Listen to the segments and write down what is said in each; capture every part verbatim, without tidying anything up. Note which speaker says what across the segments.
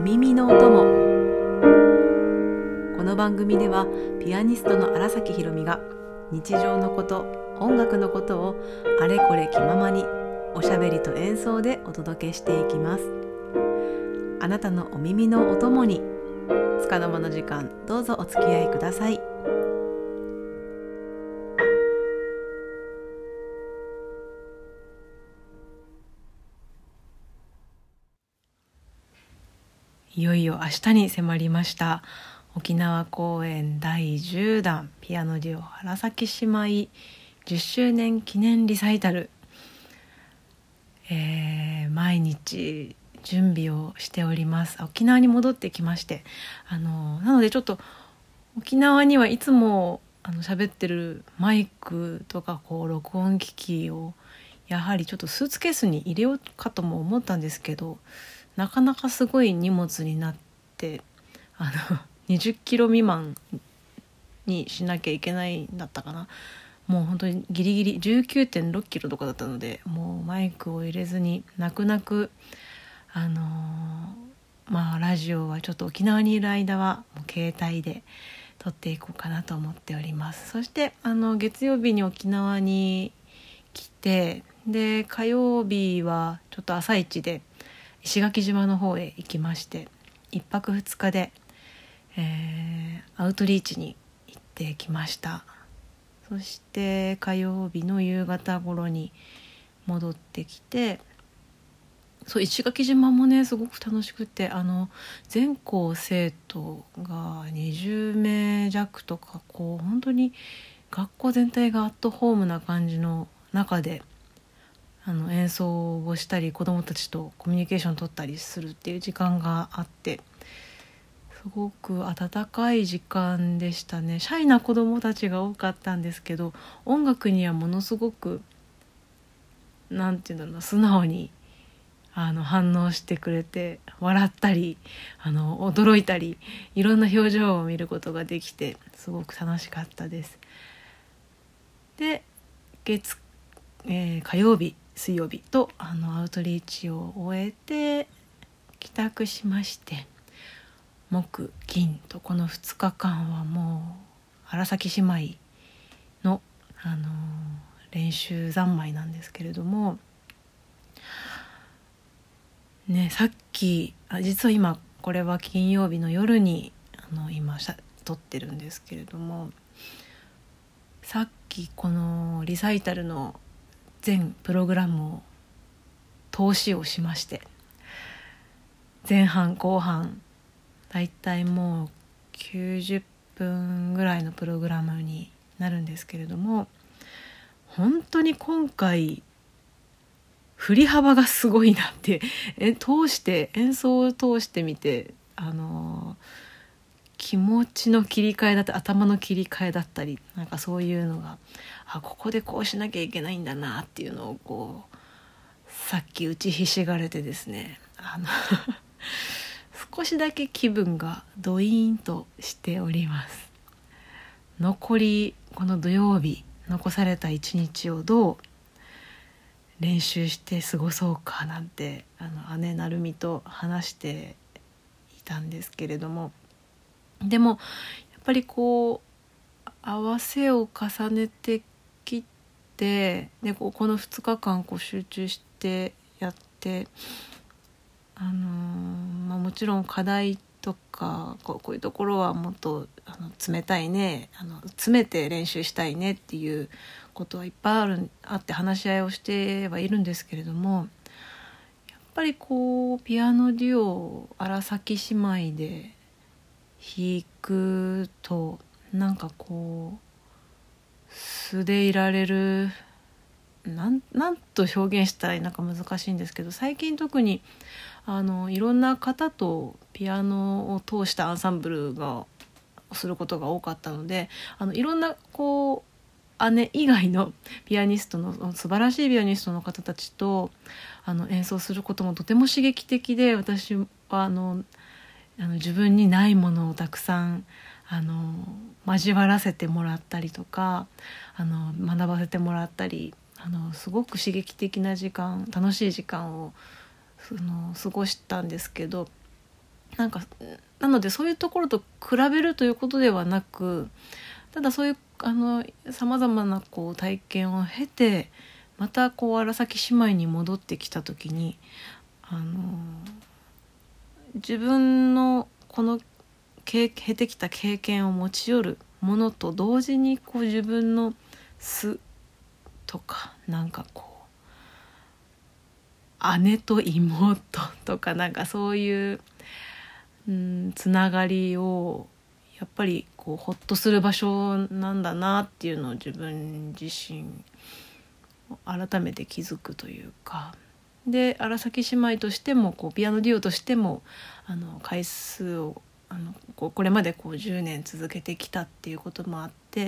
Speaker 1: 耳のお供。この番組ではピアニストの荒崎ひろみが日常のこと、音楽のことをあれこれ気ままにおしゃべりと演奏でお届けしていきます。あなたのお耳のお供につかの間の時間、どうぞお付き合いください。いよいよ明日に迫りました沖縄公演だいじゅうだんピアノデュオ荒崎姉妹じゅっしゅうねん記念リサイタル、えー、毎日準備をしております。沖縄に戻ってきまして、あのなのでちょっと沖縄にはいつもあの喋ってるマイクとかこう録音機器をやはりちょっとスーツケースに入れようかとも思ったんですけど、なかなかすごい荷物になって、あのにじゅっキロ未満にしなきゃいけないんだったかな。もう本当にギリギリ じゅうきゅうてんろっキロとかだったので、もうマイクを入れずに泣く泣くあのー、まあラジオはちょっと沖縄にいる間はもう携帯で撮っていこうかなと思っております。そしてあの月曜日に沖縄に来て、で火曜日はちょっと朝一で石垣島の方へ行きまして、いっぱくふつかで、えー、アウトリーチに行ってきました。そして火曜日の夕方頃に戻ってきて、そう石垣島もねすごく楽しくて、あの全校生徒がにじゅうめいじゃくとか、こう本当に学校全体がアットホームな感じの中であの演奏をしたり、子どもたちとコミュニケーションを取ったりするっていう時間があって、すごく温かい時間でしたね。シャイな子どもたちが多かったんですけど、音楽にはものすごくなんていうんだろうな、素直にあの反応してくれて、笑ったりあの驚いたり、いろんな表情を見ることができてすごく楽しかったです。で月、えー、火曜日水曜日とあのアウトリーチを終えて帰宅しまして、木金とこのふつかかんはもう荒崎姉妹の、あのー、練習三昧なんですけれどもね、さっきあ実は今これは金曜日の夜にあの今撮ってるんですけれども、さっきこのリサイタルの全プログラムを通しをしまして、前半後半だいたいもうきゅうじゅっぷんぐらいのプログラムになるんですけれども、本当に今回振り幅がすごいなってえ通して演奏を通してみて、あの気持ちの切り替えだったり頭の切り替えだったり、なんかそういうのが、あここでこうしなきゃいけないんだなっていうのをこうさっき打ちひしがれてですね、あの少しだけ気分がドイーンとしております。残りこの土曜日残された一日をどう練習して過ごそうかなんてあの姉なるみと話していたんですけれども、でもやっぱりこう合わせを重ねてきて、でこうこのふつかかんこう集中してやって、あのーまあ、もちろん課題とかこう、こういうところはもっとあの冷たいね、あの詰めて練習したいねっていうことはいっぱいあるあって話し合いをしてはいるんですけれども、やっぱりこうピアノデュオ荒崎姉妹で弾くとなんかこう素でいられる、なんなんと表現したいなんか難しいんですけど、最近特にあのいろんな方とピアノを通したアンサンブルがすることが多かったので、あのいろんなこう姉以外のピアニストの素晴らしいピアニストの方たちとあの演奏することもとても刺激的で、私はあのあの自分にないものをたくさんあの交わらせてもらったりとか、あの学ばせてもらったり、あのすごく刺激的な時間、楽しい時間をその過ごしたんですけど、 なんかなのでそういうところと比べるということではなく、ただそういうあのさまざまなこう体験を経てまたこう荒崎姉妹に戻ってきた時に、あの自分のこの経経てきた経験を持ち寄るものと同時にこう自分の素とか、なんかこう姉と妹とか、なんかそういう、うん、つながりをやっぱりこうほっとする場所なんだなっていうのを自分自身改めて気づくというか、で荒崎姉妹としてもこうピアノデュオとしてもあの回数をあのこうこれまでこうじゅうねん続けてきたっていうこともあって、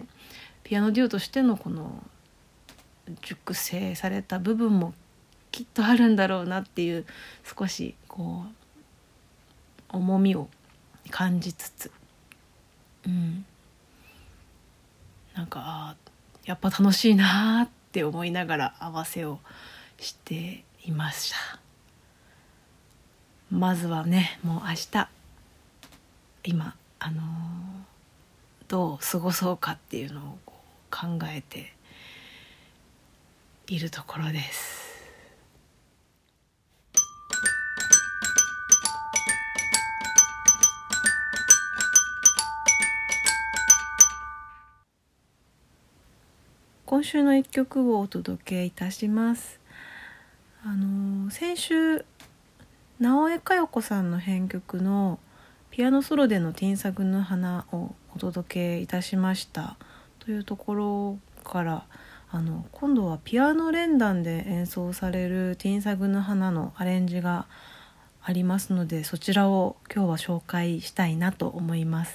Speaker 1: ピアノデュオとしてのこの熟成された部分もきっとあるんだろうなっていう少しこう重みを感じつつ、うん、なんかあやっぱ楽しいなって思いながら合わせをしていました。まずはね、もう明日今あのー、どう過ごそうかっていうのをこう考えているところです。今週の一曲をお届けいたします。あの先週直江佳代子さんの編曲のピアノソロでのティンサグの花をお届けいたしましたというところから、あの今度はピアノ連弾で演奏されるティンサグの花のアレンジがありますので、そちらを今日は紹介したいなと思います。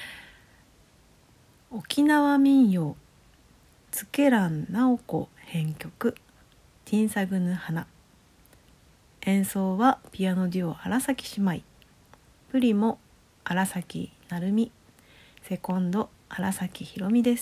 Speaker 1: 沖縄民謡つけらん直子編曲ティンサグヌ花、演奏はピアノデュオ荒崎姉妹、プリモ荒崎成美、セコンド荒崎ひろみです。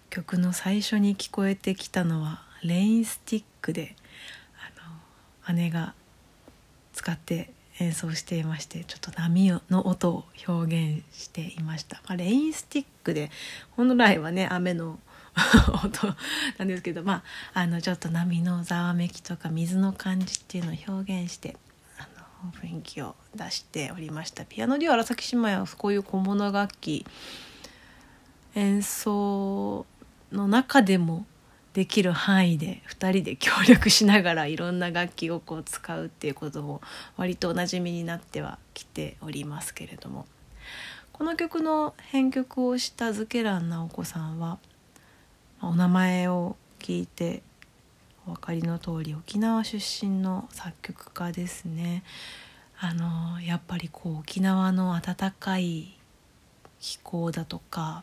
Speaker 1: 曲の最初に聞こえてきたのはレインスティックで、あの姉が使って演奏していまして、ちょっと波の音を表現していました。まあ、レインスティックで本来はね雨の音なんですけど、まあ、あのちょっと波のざわめきとか水の感じっていうのを表現してあの雰囲気を出しておりました。ピアノデュオ荒崎姉妹はこういう小物楽器演奏の中でもできる範囲でふたりで協力しながらいろんな楽器をこう使うっていうことも割とおなじみになってはきておりますけれども、この曲の編曲をしたズケラン直子さんはお名前を聞いてお分かりの通り沖縄出身の作曲家ですね。あのやっぱりこう沖縄の暖かい気候だとか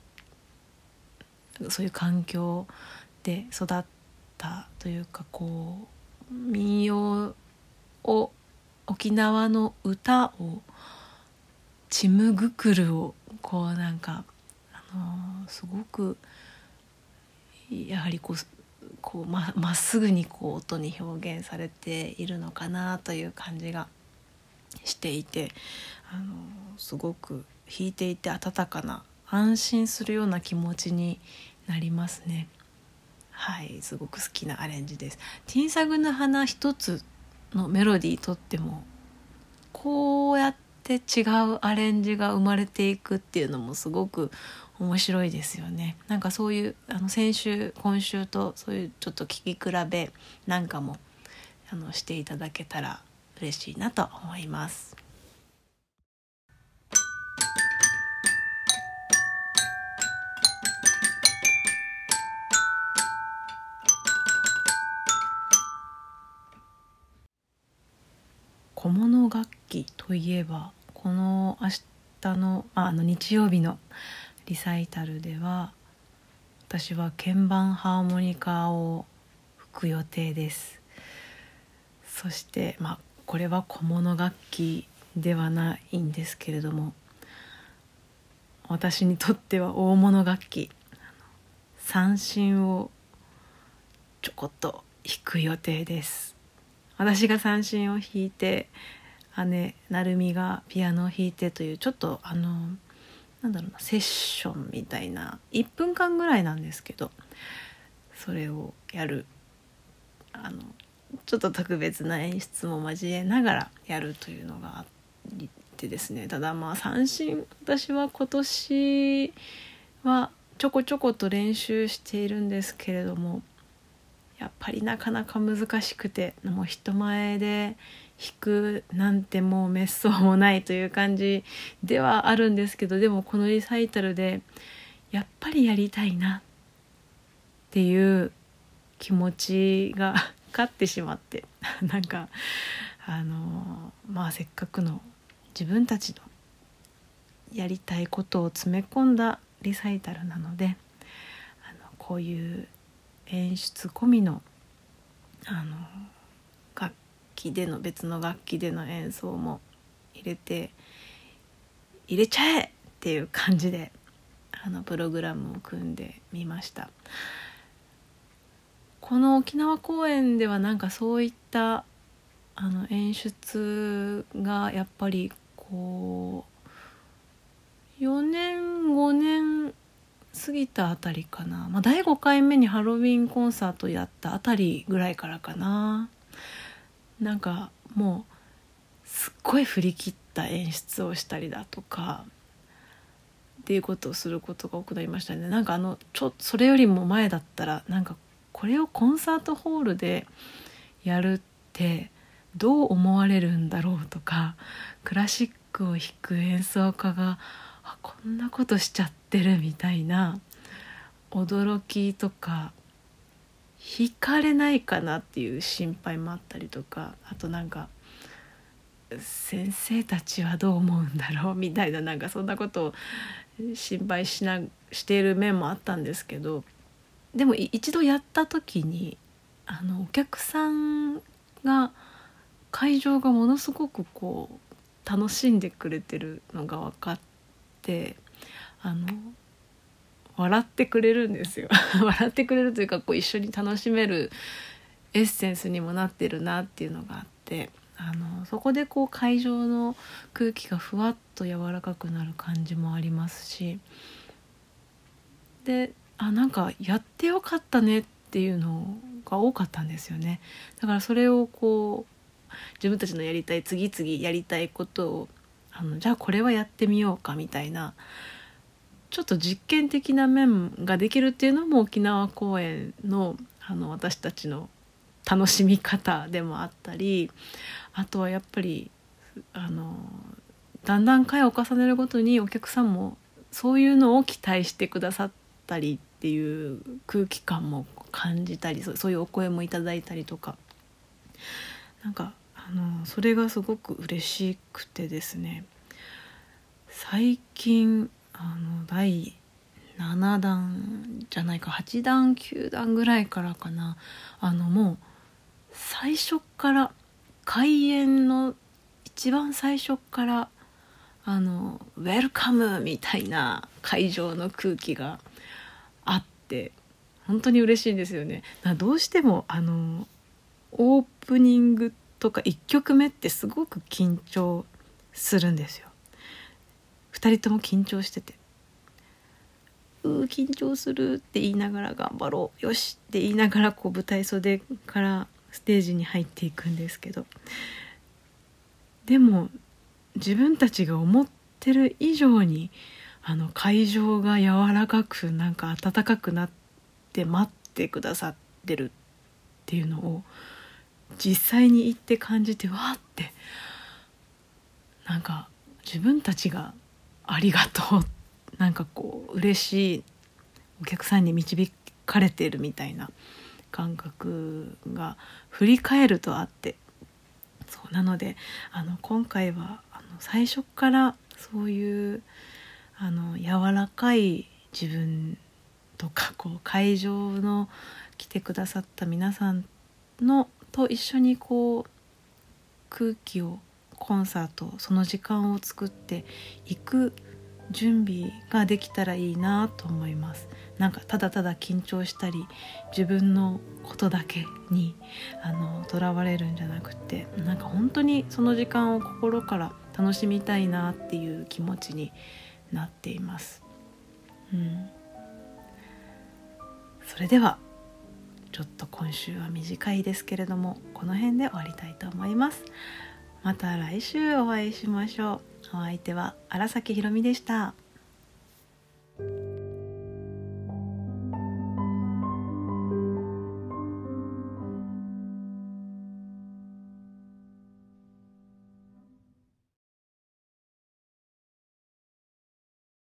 Speaker 1: そういう環境で育ったというか、こう民謡を沖縄の歌をチムグクルをこうなんかあのすごくやはりこうこう ま, まっすぐにこう音に表現されているのかなという感じがしていて、あのすごく弾いていて温かな安心するような気持ちになりますね。はい、すごく好きなアレンジです。ティンサグの花一つのメロディーとってもこうやって違うアレンジが生まれていくっていうのもすごく面白いですよね。なんかそういうあの先週今週とそういうちょっと聴き比べなんかもあのしていただけたら嬉しいなと思います。小物楽器といえばこの明日の、あ、あの日曜日のリサイタルでは私は鍵盤ハーモニカを吹く予定です。そして、まあ、これは小物楽器ではないんですけれども、私にとっては大物楽器三線をちょこっと弾く予定です。私が三線を弾いて姉なるみがピアノを弾いてというちょっとあのなんだろうなセッションみたいないっぷんかんぐらいなんですけど、それをやるあのちょっと特別な演出も交えながらやるというのがあってですね。ただまあ三線私は今年はちょこちょこと練習しているんですけれども、やっぱりなかなか難しくて、もう人前で弾くなんてもうめっそうもないという感じではあるんですけど、でもこのリサイタルでやっぱりやりたいなっていう気持ちが勝ってしまってなんかあのまあせっかくの自分たちのやりたいことを詰め込んだリサイタルなので、あのこういう演出込みのあの楽器での別の楽器での演奏も入れて入れちゃえっていう感じであのプログラムを組んでみました。この沖縄公演ではなんかそういったあの演出がやっぱりこうよねんごねん過ぎたあたりかな、まあ、だいごかいめにハロウィンコンサートやったあたりぐらいからかな、なんかもうすっごい振り切った演出をしたりだとかっていうことをすることが多くなりましたね。なんかあのちょそれよりも前だったらなんかこれをコンサートホールでやるってどう思われるんだろうとか、クラシックを弾く演奏家があこんなことしちゃってるみたいな驚きとか、弾かれないかなっていう心配もあったりとか、あとなんか先生たちはどう思うんだろうみたいな、なんかそんなことを心配しなしている面もあったんですけど、でも一度やった時にあのお客さんが会場がものすごくこう楽しんでくれてるのが分かって、あの笑ってくれるんですよ笑ってくれるというか、こう一緒に楽しめるエッセンスにもなってるなっていうのがあって、あのそこでこう会場の空気がふわっと柔らかくなる感じもありますし、で、あ、なんかやってよかったねっていうのが多かったんですよね。だからそれをこう自分たちのやりたい次々やりたいことをあのじゃあこれはやってみようかみたいな、ちょっと実験的な面ができるっていうのも沖縄公演の、あの私たちの楽しみ方でもあったり、あとはやっぱりあのだんだん回を重ねるごとにお客さんもそういうのを期待してくださったりっていう空気感も感じたり、そう、そういうお声もいただいたりとか、なんかあのそれがすごく嬉しくてですね、最近あのだいななだんじゃないかはちだんきゅうだんぐらいからかな、あのもう最初から開演の一番最初からあのウェルカムみたいな会場の空気があって本当に嬉しいんですよね。どうしてもあのオープニングとかいっきょくめってすごく緊張するんですよ。ふたりとも緊張してて、うー緊張するって言いながら頑張ろうよしって言いながらこう舞台袖からステージに入っていくんですけど、でも自分たちが思ってる以上にあの会場が柔らかくなんか温かくなって待ってくださってるっていうのを実際に行って感じて、わーってなんか自分たちがありがとう、なんかこう嬉しい、お客さんに導かれているみたいな感覚が振り返るとあって、そうなのであの今回はあの最初からそういうあの柔らかい自分とか、こう会場の来てくださった皆さんのと一緒にこう空気をコンサートその時間を作っていく準備ができたらいいなと思います。なんかただただ緊張したり自分のことだけにあのとらわれるんじゃなくて、なんか本当にその時間を心から楽しみたいなっていう気持ちになっています、うん、それではちょっと今週は短いですけれどもこの辺で終わりたいと思います。また来週お会いしましょう。お相手は荒崎ひろみでした。